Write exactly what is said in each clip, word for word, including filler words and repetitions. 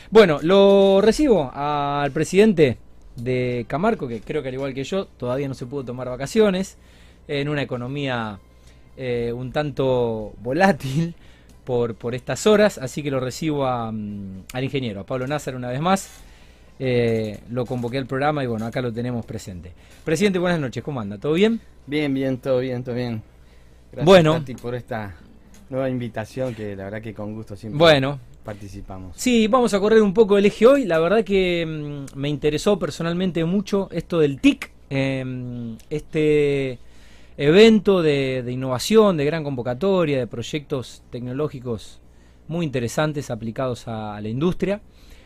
Bueno, lo recibo al presidente de Camarco, que creo que al igual que yo, todavía no se pudo tomar vacaciones, en una economía eh, un tanto volátil por, por estas horas, así que lo recibo a, um, al ingeniero, a Pablo Nazar una vez más. Eh, lo convoqué al programa y bueno, acá lo tenemos presente. Presidente, buenas noches, ¿cómo anda? ¿Todo bien? Bien, bien, todo bien, todo bien. Gracias, bueno, Tati, por esta nueva invitación que la verdad que con gusto siempre bueno, participamos. Sí, vamos a correr un poco el eje hoy. La verdad que mmm, me interesó personalmente mucho esto del T I C, eh, este evento de, de innovación, de gran convocatoria, de proyectos tecnológicos muy interesantes aplicados a, a la industria.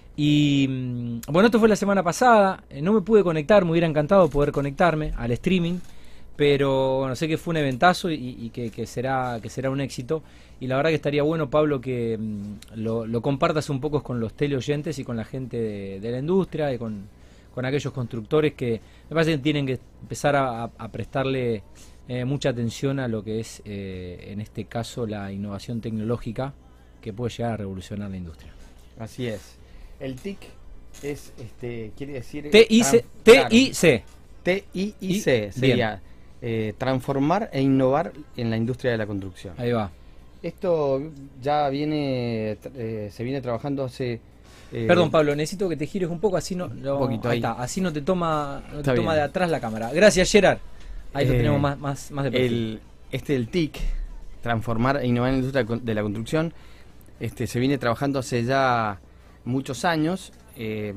Y mmm, bueno, esto fue la semana pasada, eh, no me pude conectar, me hubiera encantado poder conectarme al streaming, pero bueno, sé que fue un eventazo y, y que, que, será, que será un éxito. Y la verdad que estaría bueno, Pablo, que mmm, lo, lo compartas un poco con los teleoyentes y con la gente de, de la industria y con, con aquellos constructores que me parece que tienen que empezar a, a prestarle eh, mucha atención a lo que es, eh, en este caso, la innovación tecnológica que puede llegar a revolucionar la industria. Así es. El T I C es, este, quiere decir... T I C. T I C. T I C sería eh, transformar e innovar en la industria de la construcción. Ahí va. Esto ya viene, eh, se viene trabajando hace... Eh, Perdón, Pablo, necesito que te gires un poco, así no, no un poquito ahí ahí. está, así no te toma, no Está te toma bien. de atrás la cámara. Gracias, Gerard. Ahí Eh, lo tenemos más, más, más de perfil. El, este el T I C, transformar e innovar en la industria de la construcción, este, se viene trabajando hace ya muchos años. Eh,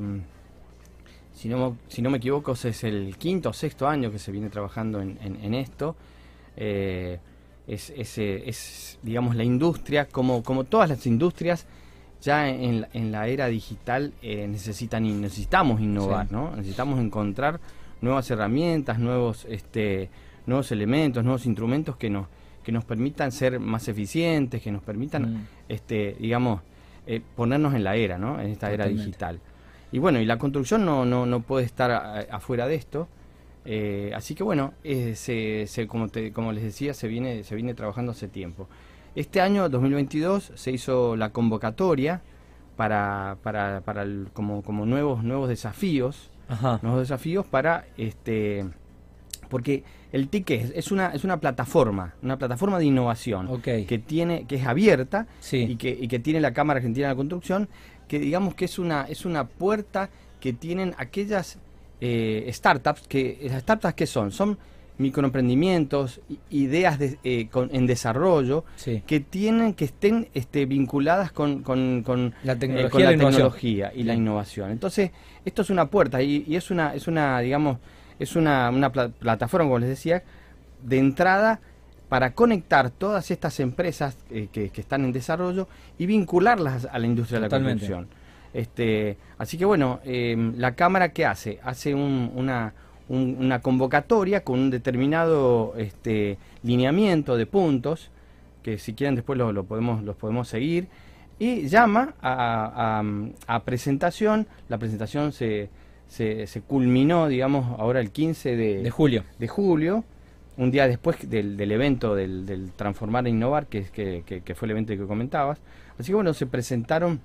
si, no, si no me equivoco, es el quinto o sexto año que se viene trabajando en, en, en esto. Eh, es, es, es, digamos, la industria, como, como todas las industrias, ya en, en la era digital eh, necesitan y necesitamos innovar, sí. ¿no? Necesitamos encontrar nuevas herramientas, nuevos, este, nuevos elementos, nuevos instrumentos que nos, que nos permitan ser más eficientes, que nos permitan, mm. este, digamos, eh, ponernos en la era, ¿no? En esta Totalmente. Era digital. Y bueno, y la construcción no, no, no puede estar a, afuera de esto. Eh, así que bueno, eh, se, se, como, te, como les decía, se viene, se viene trabajando hace tiempo. Este año, dos mil veintidós, se hizo la convocatoria para, para, para el, como, como nuevos, nuevos desafíos, Ajá. nuevos desafíos para, este, porque el T I C es, es una, es una plataforma, una plataforma de innovación okay. que tiene, que es abierta sí. y que, y que tiene la Cámara Argentina de la Construcción, que digamos que es una, es una puerta que tienen aquellas eh, startups, que las startups ¿qué son? Son microemprendimientos, ideas de, eh, con, en desarrollo, sí. que tienen que estén este, vinculadas con, con, con la tecnología, eh, con la la tecnología y sí. la innovación. Entonces, esto es una puerta y, y es una, es una, digamos, es una, una pl plataforma, como les decía, de entrada para conectar todas estas empresas eh, que, que están en desarrollo y vincularlas a la industria Totalmente. De la construcción. Este, así que bueno, eh, la Cámara ¿qué hace? Hace un, una Un, una convocatoria con un determinado este, lineamiento de puntos, que si quieren después lo, lo podemos, los podemos seguir, y llama a, a, a presentación. La presentación se, se, se culminó, digamos, ahora el quince de, de julio, de julio, un día después del, del evento del, del Transformar e Innovar, que, que, que, que fue el evento que comentabas. Así que bueno, se presentaron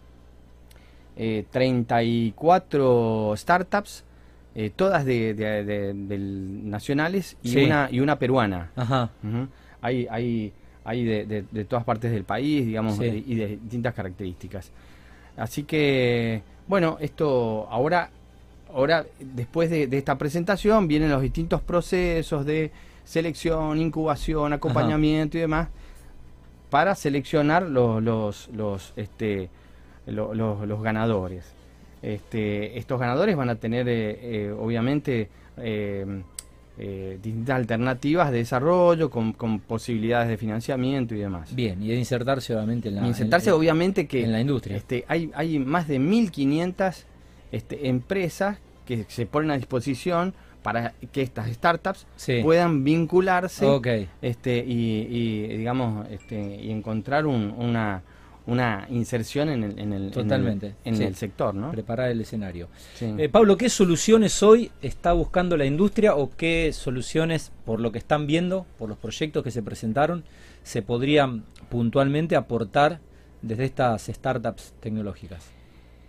eh, treinta y cuatro startups, Eh, todas de, de, de, de nacionales y, sí. una, y una peruana. Ajá. Uh-huh. Hay, hay, hay de, de, de todas partes del país, digamos, sí. de, y de distintas características. Así que, bueno, esto ahora, ahora después de, de esta presentación vienen los distintos procesos de selección, incubación, acompañamiento Ajá. y demás, para seleccionar los, los, los, este, los, los, los ganadores. Este, estos ganadores van a tener eh, eh, obviamente eh, eh, distintas alternativas de desarrollo con, con posibilidades de financiamiento y demás. Bien, y de insertarse obviamente en la, insertarse en, obviamente que en la industria. Este, hay, hay más de mil quinientas este, empresas que se ponen a disposición para que estas startups sí. puedan vincularse okay. este, y, y digamos este, y encontrar un, una una inserción en el, en el, Totalmente. en el, en sí. el sector, ¿no? Preparar el escenario. Sí. Eh, Pablo, ¿qué soluciones hoy está buscando la industria o qué soluciones, por lo que están viendo, por los proyectos que se presentaron, se podrían puntualmente aportar desde estas startups tecnológicas?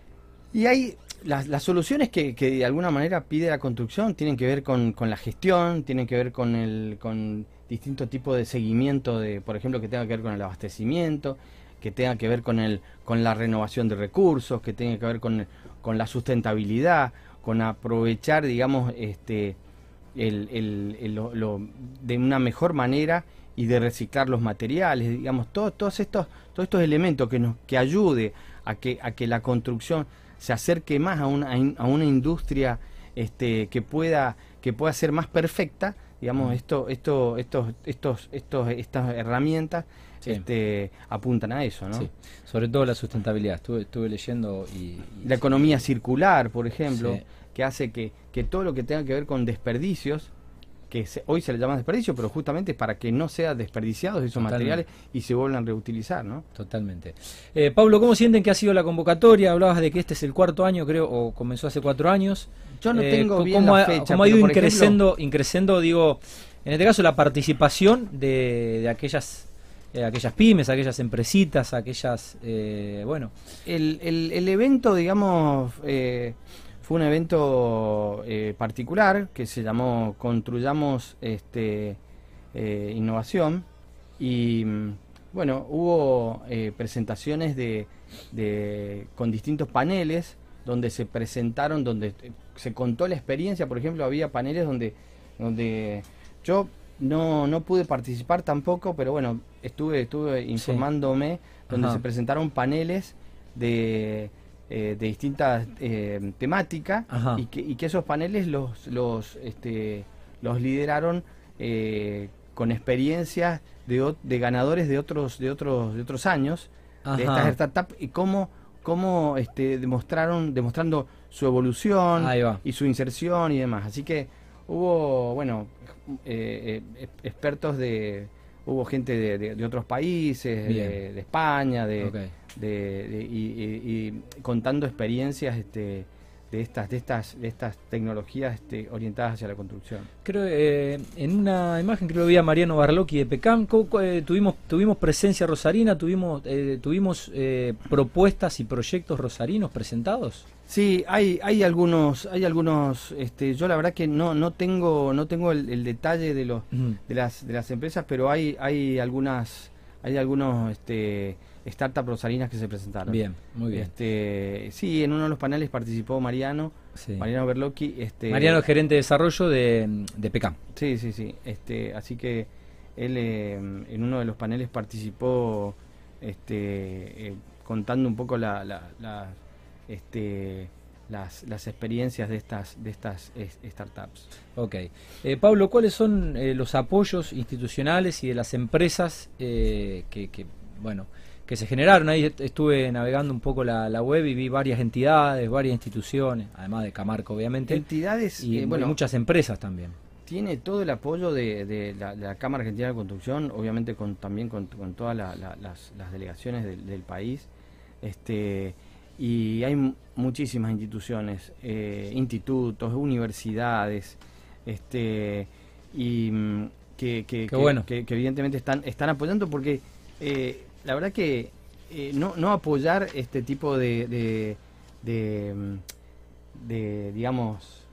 Y hay las, las soluciones que, que de alguna manera pide la construcción tienen que ver con, con la gestión, tienen que ver con el con distintos tipos de seguimiento, de, por ejemplo, que tenga que ver con el abastecimiento, que tenga que ver con el con la renovación de recursos, que tenga que ver con, con la sustentabilidad, con aprovechar, digamos, este el, el, el lo, lo, de una mejor manera y de reciclar los materiales, digamos, todos todos estos todos estos elementos que nos que ayude a que a que la construcción se acerque más a una a una industria este que pueda que pueda ser más perfecta, digamos, esto esto estos estos estos estas herramientas sí. este apuntan a eso, ¿no? Sí. Sobre todo la sustentabilidad. Estuve estuve leyendo y, y la economía circular, por ejemplo, sí. que hace que que todo lo que tenga que ver con desperdicios, que se, hoy se le llama desperdicio, pero justamente para que no sean desperdiciados esos Totalmente. materiales y se vuelvan a reutilizar, ¿no? Totalmente. Eh, Pablo, ¿cómo sienten que ha sido la convocatoria? Hablabas de que este es el cuarto año, creo, o comenzó hace cuatro años. Yo no eh, tengo bien ¿cómo la ha, fecha. ¿Cómo ha ido increciendo, increciendo, digo, en este caso la participación de, de aquellas eh, aquellas pymes, aquellas empresitas, aquellas, eh, bueno... El, el, el evento, digamos... Eh, Fue un evento eh, particular que se llamó Construyamos este, eh, Innovación y bueno, hubo eh, presentaciones de, de, con distintos paneles donde se presentaron, donde se contó la experiencia. Por ejemplo, había paneles donde, donde yo no, no pude participar tampoco, pero bueno, estuve, estuve informándome, sí. donde Ajá. se presentaron paneles de... Eh, de distintas eh, temáticas y que, y que esos paneles los los este, los lideraron eh, con experiencias de, de ganadores de otros de otros de otros años Ajá. de estas startups y cómo cómo este, demostraron demostrando su evolución y su inserción y demás. Así que hubo bueno eh, eh, expertos de hubo gente de, de, de otros países, de, de España, de, okay. de, de y, y, y contando experiencias este, de estas de estas de estas tecnologías este, orientadas hacia la construcción. Creo eh, en una imagen creo que vi a Mariano Barlocchi de Pecam. Eh, tuvimos tuvimos presencia rosarina, tuvimos eh, tuvimos eh, propuestas y proyectos rosarinos presentados. Sí, hay hay algunos hay algunos este yo la verdad que no no tengo no tengo el, el detalle de los uh-huh. de las de las empresas, pero hay hay algunas hay algunos este startups rosarinas que se presentaron. Bien, muy bien. Este, sí, en uno de los paneles participó Mariano, sí. Mariano Barlocchi, este Mariano es gerente de desarrollo de de Pecam. Sí, sí, sí. Este, así que él eh, en uno de los paneles participó este eh, contando un poco la, la, la Este, las, las experiencias de estas de estas es, startups. Ok. Eh, Pablo, ¿cuáles son eh, los apoyos institucionales y de las empresas eh, que, que, bueno, que se generaron? Ahí estuve navegando un poco la, la web y vi varias entidades, varias instituciones, además de Camarco, obviamente. Entidades y eh, bueno, muchas empresas también. Tiene todo el apoyo de, de, la, de la Cámara Argentina de Construcción, obviamente con también con, con todas la, la, las, las delegaciones del, del país. Este Y hay muchísimas instituciones, eh, institutos, universidades, este y que, que, que, bueno. que, que evidentemente están están apoyando porque eh, la verdad que eh, no no apoyar este tipo de de, de, de digamos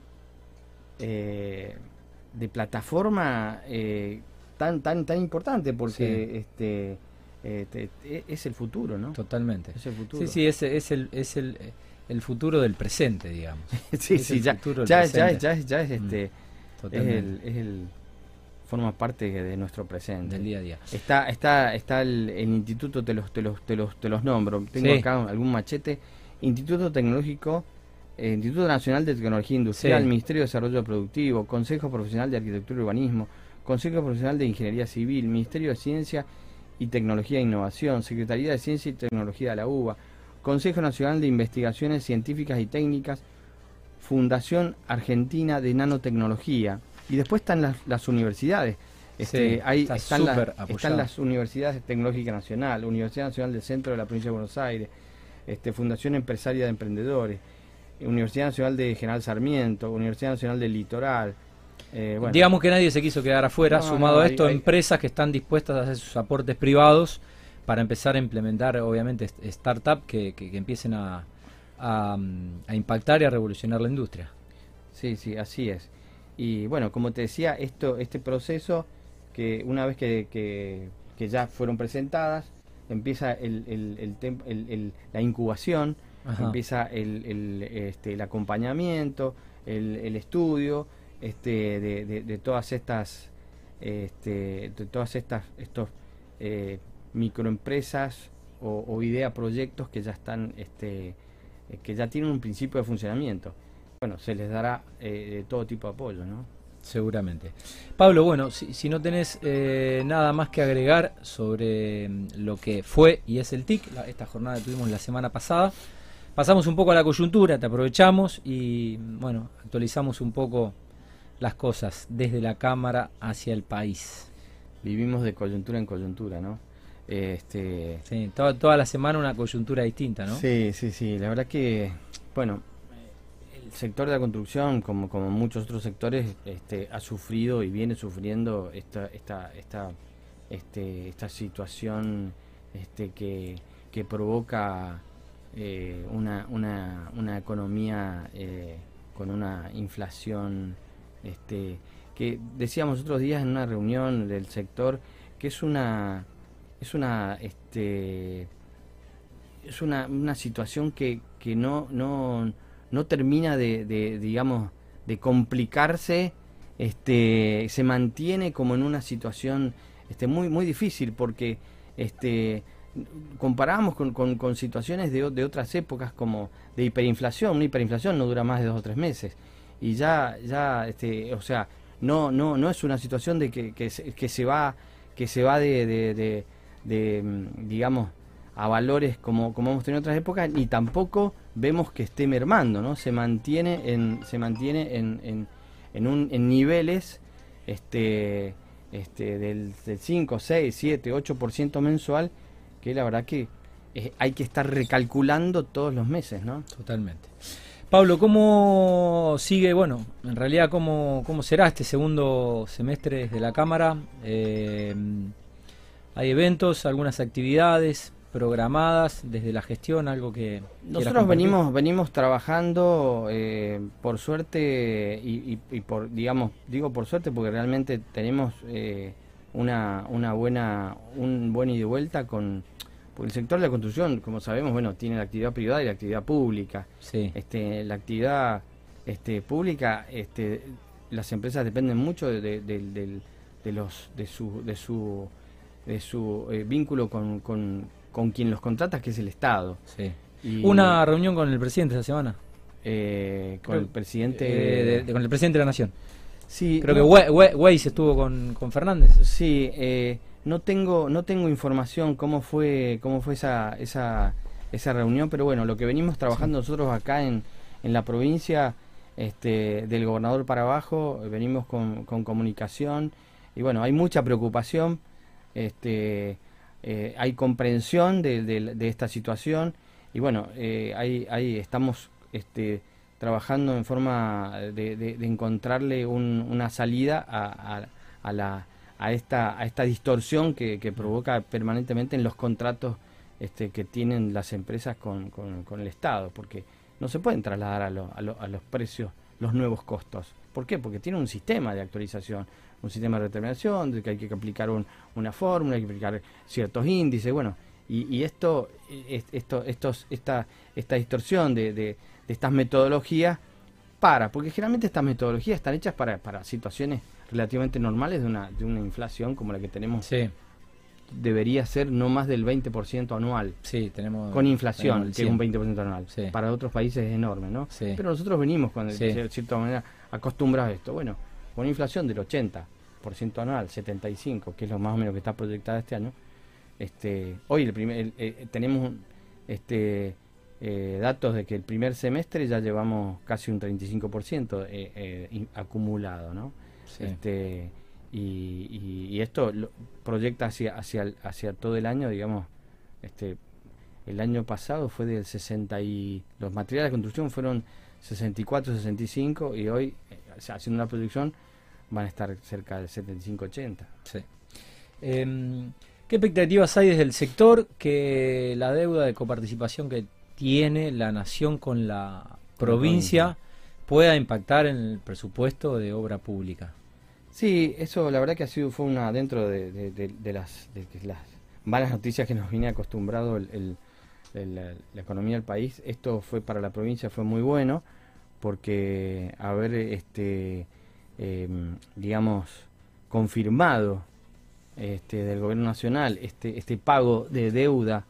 eh, de plataforma eh, tan tan tan importante porque sí. este Eh, te, te, es el futuro, ¿no? Totalmente. Es el futuro. Sí, sí, es, es el es el, el futuro del presente, digamos. sí, es sí, ya, ya, ya, ya, ya es este mm, es el, es el forma parte de nuestro presente, del día a día. Está está está el, el instituto, te los te los te los te los nombro. Tengo sí. acá algún machete. Instituto Tecnológico, eh, Instituto Nacional de Tecnología Industrial, sí. Ministerio de Desarrollo Productivo, Consejo Profesional de Arquitectura y Urbanismo, Consejo Profesional de Ingeniería Civil, Ministerio de Ciencia y Tecnología e Innovación, Secretaría de Ciencia y Tecnología de la U B A, Consejo Nacional de Investigaciones Científicas y Técnicas, Fundación Argentina de Nanotecnología, y después están las, las universidades. Este, sí, ahí están, la, están las universidades Tecnológica Nacional, Universidad Nacional del Centro de la Provincia de Buenos Aires, este, Fundación Empresaria de Emprendedores, Universidad Nacional de General Sarmiento, Universidad Nacional del Litoral. Eh, bueno. Digamos que nadie se quiso quedar afuera, no, sumado no, a esto, hay, empresas hay... que están dispuestas a hacer sus aportes privados para empezar a implementar, obviamente, startups que, que, que empiecen a, a, a impactar y a revolucionar la industria. Sí, sí, así es. Y bueno, como te decía, esto, este proceso, que una vez que, que, que ya fueron presentadas, empieza el, el, el, tem- el- el- la incubación, Ajá. empieza el, el, este, el acompañamiento, el, el estudio este, de, de, de todas estas, este, de todas estas estos eh, microempresas o, o idea proyectos que ya están, este, eh, que ya tienen un principio de funcionamiento. Bueno, se les dará eh, todo tipo de apoyo, ¿no? Seguramente. Pablo, bueno, si, si no tenés eh, nada más que agregar sobre mm, lo que fue y es el T I C, la, esta jornada que tuvimos la semana pasada, pasamos un poco a la coyuntura, te aprovechamos y bueno, actualizamos un poco las cosas desde la Cámara hacia el país. Vivimos de coyuntura en coyuntura, ¿no? Este... Sí, toda, toda la semana una coyuntura distinta, ¿no? Sí, sí, sí, la verdad que, bueno, el sector de la construcción, como, como muchos otros sectores, este, ha sufrido y viene sufriendo esta, esta, esta, este, esta situación este, que, que provoca eh, una, una, una economía eh, con una inflación, este, que decíamos otros días en una reunión del sector, que es una, es una, este, es una, una situación que, que no, no, no termina de, de, digamos, de complicarse, este, se mantiene como en una situación este, muy, muy difícil, porque este, comparamos con, con, con situaciones de, de otras épocas como de hiperinflación. Una hiperinflación no dura más de dos o tres meses, y ya, ya este, o sea, no, no, no es una situación de que, que, se, que se va, que se va de, de, de, de digamos, a valores como, como hemos tenido en otras épocas, ni tampoco vemos que esté mermando, ¿no? Se mantiene en, se mantiene en, en, en, un, en niveles este, este, del, del cinco, seis, siete, ocho por ciento mensual, que la verdad que eh, hay que estar recalculando todos los meses, ¿no? Totalmente. Pablo, ¿cómo sigue, bueno, en realidad cómo, cómo será este segundo semestre desde la Cámara? Eh, ¿Hay eventos, algunas actividades programadas desde la gestión, algo que nosotros venimos venimos trabajando eh, por suerte y, y, y por digamos digo por suerte porque realmente tenemos eh, una una buena un buen ida y vuelta con porque el sector de la construcción, como sabemos, bueno, tiene la actividad privada y la actividad pública. Sí. Este, la actividad este, pública, este, las empresas dependen mucho de, de, de, de, de los de su de su de su eh, vínculo con, con con quien los contrata, que es el Estado. Sí. Y, una reunión con el presidente esta semana. Eh, con Creo, el presidente... Eh, de, de, con el presidente de la Nación. Sí. Creo no, que Weiss estuvo con, con Fernández. Sí, eh, no tengo no tengo información cómo fue cómo fue esa esa esa reunión, pero bueno, lo que venimos trabajando sí. nosotros acá en, en la provincia, este, del gobernador para abajo, venimos con, con comunicación y bueno, hay mucha preocupación, este Eh, hay comprensión de, de, de esta situación y bueno, eh, ahí, ahí estamos este, trabajando en forma de, de, de encontrarle un, una salida a, a, a, la, a, esta, a esta distorsión que, que provoca permanentemente en los contratos este, que tienen las empresas con, con, con el Estado, porque no se pueden trasladar a, lo, a, lo, a los precios los nuevos costos. ¿Por qué? Porque tiene un sistema de actualización, un sistema de determinación, de que hay que aplicar un, una fórmula, hay que aplicar ciertos índices, bueno, y, y esto, esto, estos, esta, esta distorsión de, de, de estas metodologías para, porque generalmente estas metodologías están hechas para, para situaciones relativamente normales de una, de una inflación como la que tenemos. Sí. Debería ser no más del veinte por ciento anual. Sí, tenemos. Con inflación, tenemos que es un veinte por ciento anual. Sí. Para otros países es enorme, ¿no? Sí. Pero nosotros venimos, con, sí. de cierta manera, acostumbrados a esto. Bueno, con inflación del ochenta por ciento anual, setenta y cinco por ciento, que es lo más o menos que está proyectada este año. Este, hoy el primer, el, eh, tenemos este, eh, datos de que el primer semestre ya llevamos casi un treinta y cinco por ciento eh, eh, acumulado, ¿no? Sí. Este, y, y, y esto lo proyecta hacia, hacia, hacia todo el año, digamos, este, el año pasado fue del sesenta y los materiales de construcción fueron sesenta y cuatro, sesenta y cinco y hoy, eh, haciendo una proyección, van a estar cerca del setenta y cinco, ochenta. Sí. Eh, ¿Qué expectativas hay desde el sector? Que la deuda de coparticipación que tiene la nación con la provincia, la provincia pueda impactar en el presupuesto de obra pública. Sí, eso la verdad que ha sido fue una dentro de, de, de, de las, de, de las malas noticias que nos viene acostumbrado el, el, el, la, la economía del país. Esto fue para la provincia fue muy bueno porque haber este eh, digamos confirmado este del gobierno nacional este este pago de deuda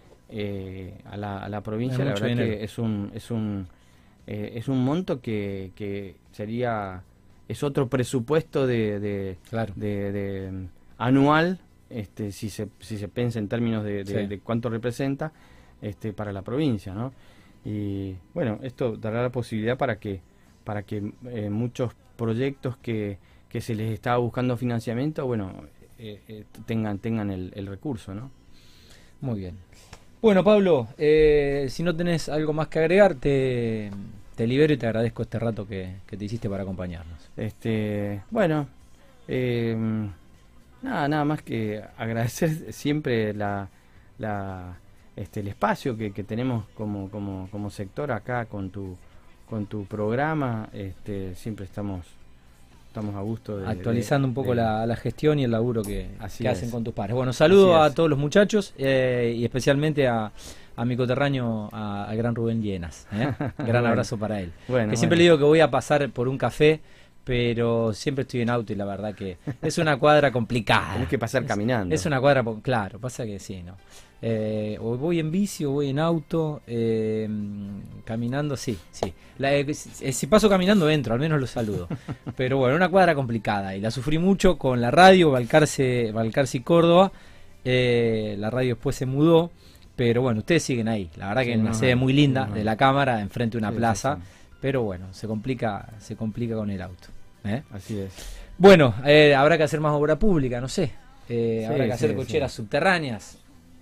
eh, a, la, a la provincia, la verdad dinero. que es un es un eh, es un monto que, que sería es otro presupuesto de, de, claro. de, de um, anual, este, si se si se piensa en términos de, de, sí. de cuánto representa este para la provincia, ¿no? Y bueno, esto dará la posibilidad para que para que eh, muchos proyectos que, que se les estaba buscando financiamiento, bueno, eh, eh, tengan tengan el, el recurso, ¿no? Muy bien. Bueno, Pablo, eh, si no tenés algo más que agregar, te, te libero y te agradezco este rato que, que te hiciste para acompañarnos. Este, bueno, eh, nada, nada más que agradecer siempre la, la, este, el espacio que, que tenemos como, como, como sector acá con tu, con tu programa. Este, siempre estamos, estamos a gusto de actualizando de, un poco de, la, la gestión y el laburo que, que hacen con tus padres. Bueno, saludo a todos los muchachos eh, y especialmente a a mi coterráneo, a, a gran Rubén Llenas, ¿eh? Gran bueno, abrazo para él. Bueno, que siempre bueno. le digo que voy a pasar por un café, pero siempre estoy en auto y la verdad que es una cuadra complicada. Tienes que pasar es, caminando. Es una cuadra, claro, pasa que sí, ¿no? Eh, o voy en bici o voy en auto, eh, caminando, sí, sí. La, eh, si paso caminando entro, al menos lo saludo. Pero bueno, una cuadra complicada y la sufrí mucho con la radio, Balcarce, Balcarce y Córdoba. Eh, la radio después se mudó. Pero bueno, ustedes siguen ahí. La verdad que es sí, una no, sede muy linda no, de la cámara, enfrente de una sí, plaza. Sí, sí. Pero bueno, se complica se complica con el auto. ¿eh? Así es. Bueno, eh, habrá que hacer más obra pública, no sé. Eh, sí, habrá que hacer sí, cocheras sí. subterráneas.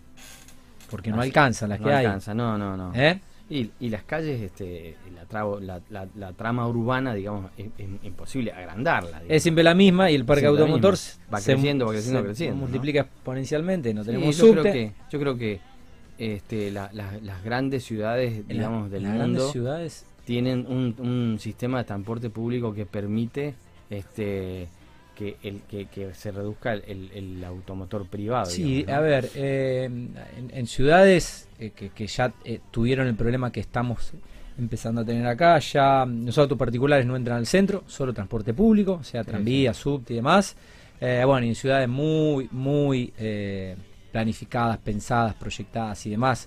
Porque no, no alcanzan las no que alcanza, hay. No, no, no. ¿Eh? Y, y las calles, este, la, trabo, la, la, la trama urbana, digamos, es, es imposible agrandarla. Digamos. Es siempre la misma y el parque automotor va creciendo, va creciendo, se creciendo. multiplica ¿no? exponencialmente. No tenemos sí, yo subte. creo que, yo creo que este, la, la, las grandes ciudades, digamos, la, del las mundo ciudades tienen un, un sistema de transporte público que permite este que el que, que se reduzca el, el automotor privado. Sí, digamos, ¿no? A ver, eh, en, en ciudades eh, que, que ya eh, tuvieron el problema que estamos empezando a tener acá, ya los autos particulares no entran al centro, solo transporte público, o sea, tranvía, sí, sí. subte y demás. Eh, bueno, y en ciudades muy, muy eh, planificadas, pensadas, proyectadas y demás,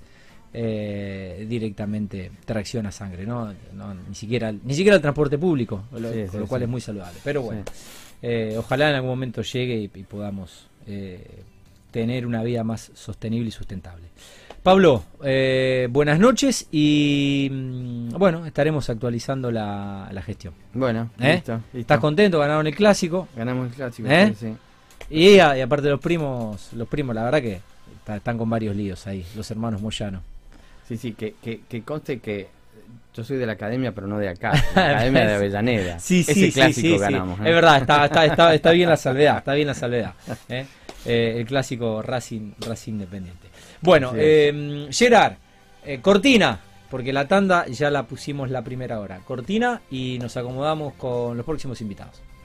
eh, directamente tracción a sangre, ¿no? no ni siquiera ni siquiera el transporte público, lo, sí, con sí, lo cual sí. es muy saludable. Pero bueno, sí. eh, ojalá en algún momento llegue y, y podamos eh, tener una vida más sostenible y sustentable. Pablo, eh, buenas noches y mm, bueno, estaremos actualizando la, la gestión. Bueno, ¿Eh? listo, listo. ¿Estás contento? Ganaron el clásico. Ganamos el clásico, ¿Eh? sí, sí. Y, y aparte los primos, los primos, la verdad que está, están con varios líos ahí, los hermanos Moyano. Sí, sí, que, que, que conste que yo soy de la academia, pero no de acá, la academia de Avellaneda. Sí, sí, Ese sí, clásico sí, ganamos. Sí. ¿eh? Es verdad, está, está, está, está bien la salvedad, está bien la salvedad. ¿eh? Eh, el clásico Racing, Racing Independiente. Bueno, sí, eh, Gerard, eh, cortina, porque la tanda ya la pusimos la primera hora. Cortina y nos acomodamos con los próximos invitados.